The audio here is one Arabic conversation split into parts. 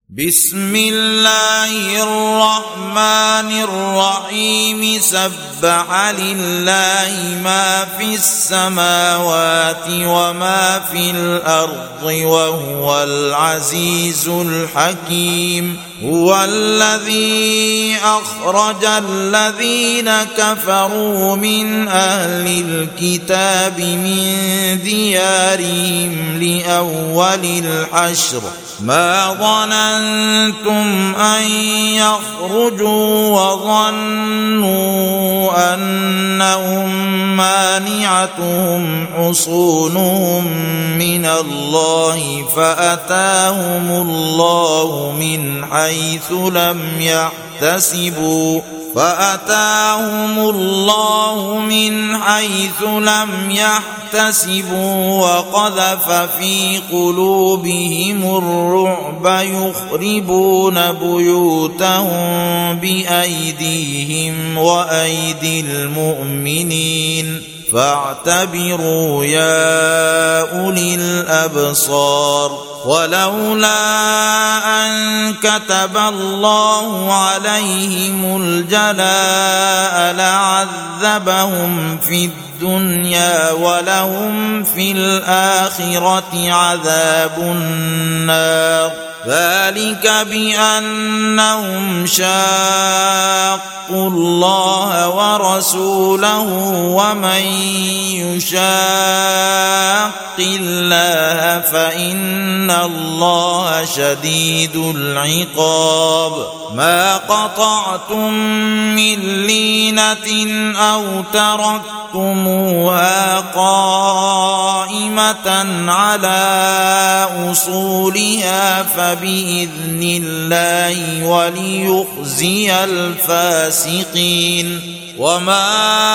بسم الله الرحمن الرحيم سبح لله ما في السماوات وما في الأرض وهو العزيز الحكيم هو الذي أخرج الذين كفروا من أهل الكتاب من ديارهم لأول الحشر ما ظننتم أن يخرجوا وظنوا أنهم مانعتهم حصونهم من الله فأتاهم الله من حيث لم يحتسبوا وقذف في قلوبهم الرعب يخربون بيوتهم بأيديهم وأيدي المؤمنين فاعتبروا يا أولي الأبصار ولولا أن كتب الله عليهم الجلاء لعذبهم في الدنيا ولهم في الآخرة عذاب النار ذلك بأنهم شاقوا الله ورسوله ومن يشاق الله فإن الله شديد العقاب ما قطعتم من لينة أو تركتموها قائمة على أصولها فبإذن الله وليخزي الفاسقين وما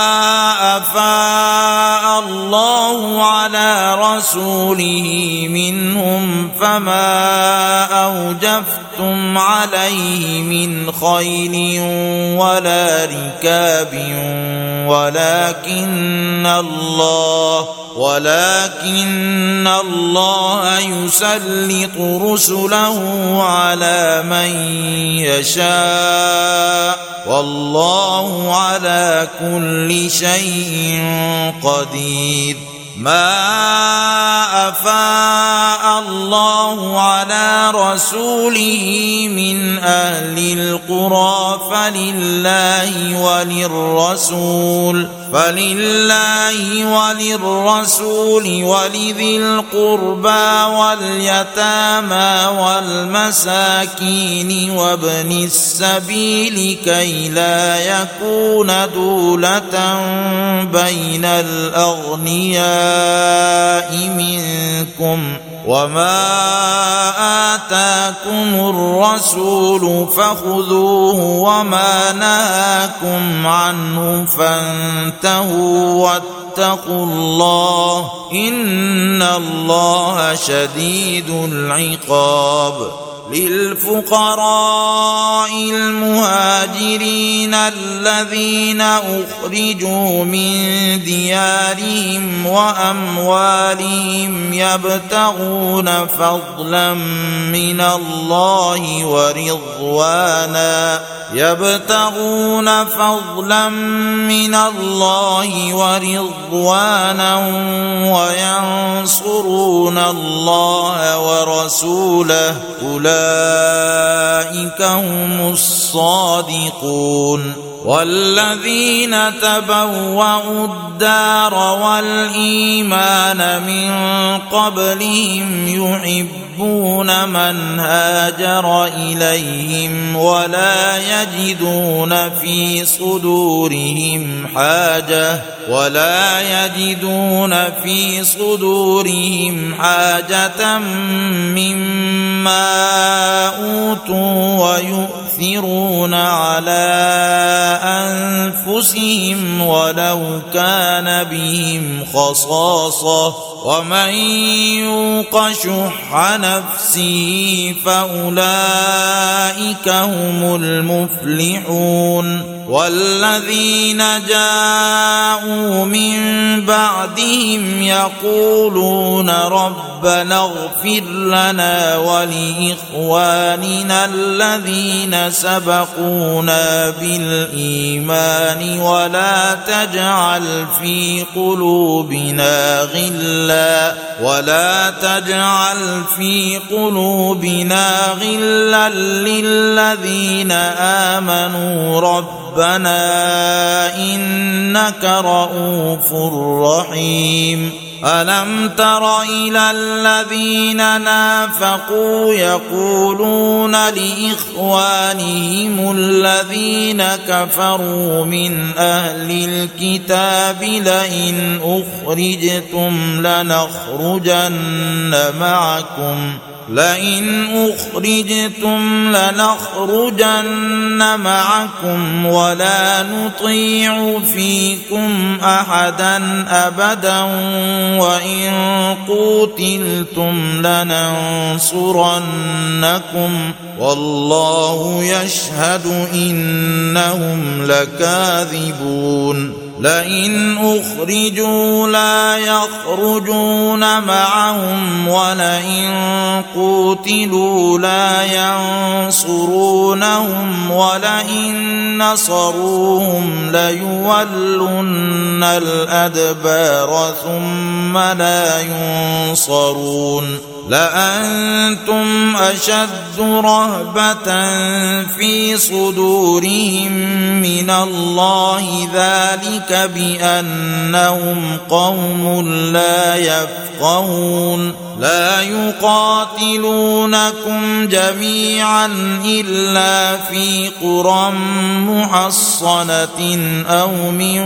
أفاء الله على رسوله منهم فما أوجفتم عليه من خيل ولا ركاب ولكن الله يسلط رسله على من يشاء والله على كل شيء قدير ما أفاء الله على رسوله من أهل القرى فلله وللرسول ولذي القربى واليتامى والمساكين وابن السبيل كي لا يكون دولة بين الأغنياء منكم وما آتاكم الرسول فخذوه وما نهاكم عنه فانتهوا واتقوا الله إن الله شديد العقاب للفقراء المهاجرين الذين أخرجوا من ديارهم وأموالهم يبتغون فضلا من الله ورضوانا وينصرون الله ورسوله أولئك هم الصادقون والذين تبوأوا الدار والإيمان من قبلهم يحبون من هاجر إليهم ولا يجدون في صدورهم حاجة مما أوتوا ويؤثرون على أنفسهم ولو كان بهم خصاصة ومن يوق شح نفسه فأولئك هم المفلحون والذين جاءوا من بعدهم يقولون ربنا اغفر لنا ولإخواننا الذين سبقونا بالإيمان ولا تجعل في قلوبنا غلا للذين آمنوا ربنا إنك رؤوف رحيم ألم تر إلى الذين نافقوا يقولون لإخوانهم الذين كفروا من أهل الكتاب لئن أخرجتم لنخرجن معكم ولا نطيع فيكم أحدا أبدا وإن قوتلتم لننصرنكم والله يشهد إنهم لكاذبون لئن أخرجوا لا يخرجون معهم ولئن قوتلوا لا ينصرونهم ولئن نصروهم ليولن الأدبار ثم لا ينصرون لأنتم أشد رهبة في صدورهم من الله ذلك بأنهم قوم لا يفقهون لا يقاتلونكم جميعا إلا في قرى محصنة أو من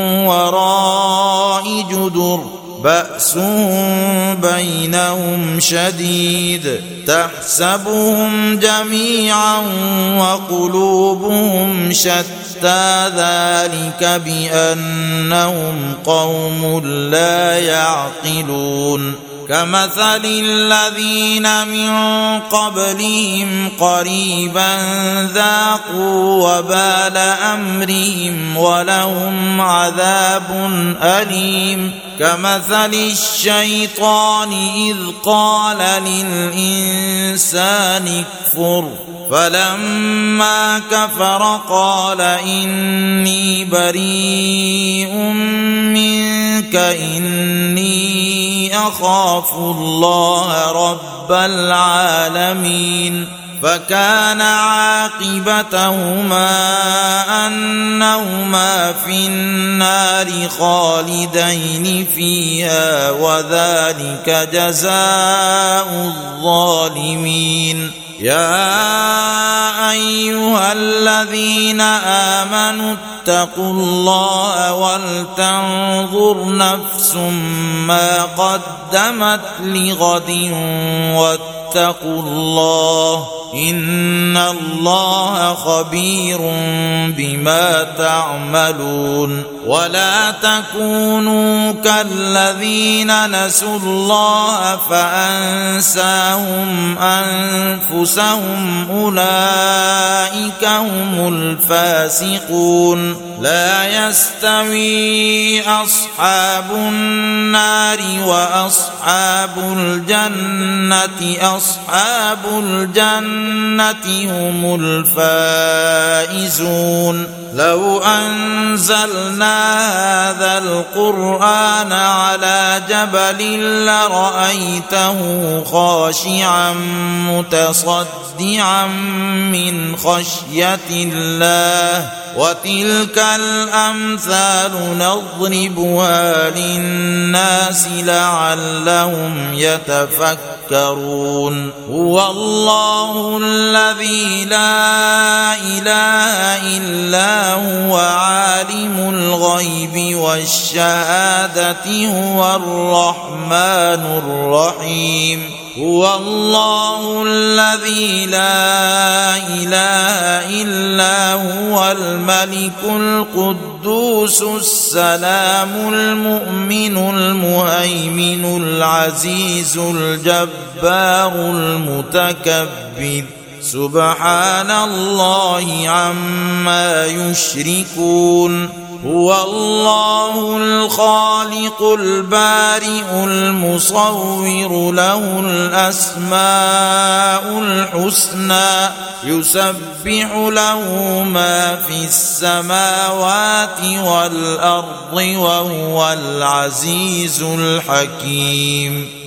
وراء جدر بأسهم بينهم شديد تحسبهم جميعا وقلوبهم شتى ذلك بأنهم قوم لا يعقلون كمثل الذين من قبلهم قريبا ذاقوا وبال أمرهم ولهم عذاب أليم كمثل الشيطان إذ قال للإنسان اكفر فلما كفر قال إني بريء منك إني أخاف الله رب العالمين فكان عاقبتهما أنهما في النار خالدين فيها وذلك جزاء الظالمين يا أيها الذين آمنوا اتقوا الله ولتنظر نفس ما قدمت لغد واتقوا الله إن الله خبير بما تعملون ولا تكونوا كالذين نسوا الله فأنساهم أنفسهم أولئك هم الفاسقون لا يستوي أصحاب النار وأصحاب الجنة أصحاب الجنة هم الفائزون لو أنزلنا هذا القرآن على جبل لرأيته خاشعا متصدعا من خشية الله وتلك الأمثال نضربها للناس لعلهم يتفكرون هو الله الذي لا إله إلا هو عالم الغيب والشهادة هو الرحمن الرحيم هو الله الذي لا إله إلا هو الملك القدوس السلام المؤمن المهيمن العزيز الجبار المتكبر سبحان الله عما يشركون هو الله الخالق البارئ المصور له الأسماء الحسنى يسبح له ما في السماوات والأرض وهو العزيز الحكيم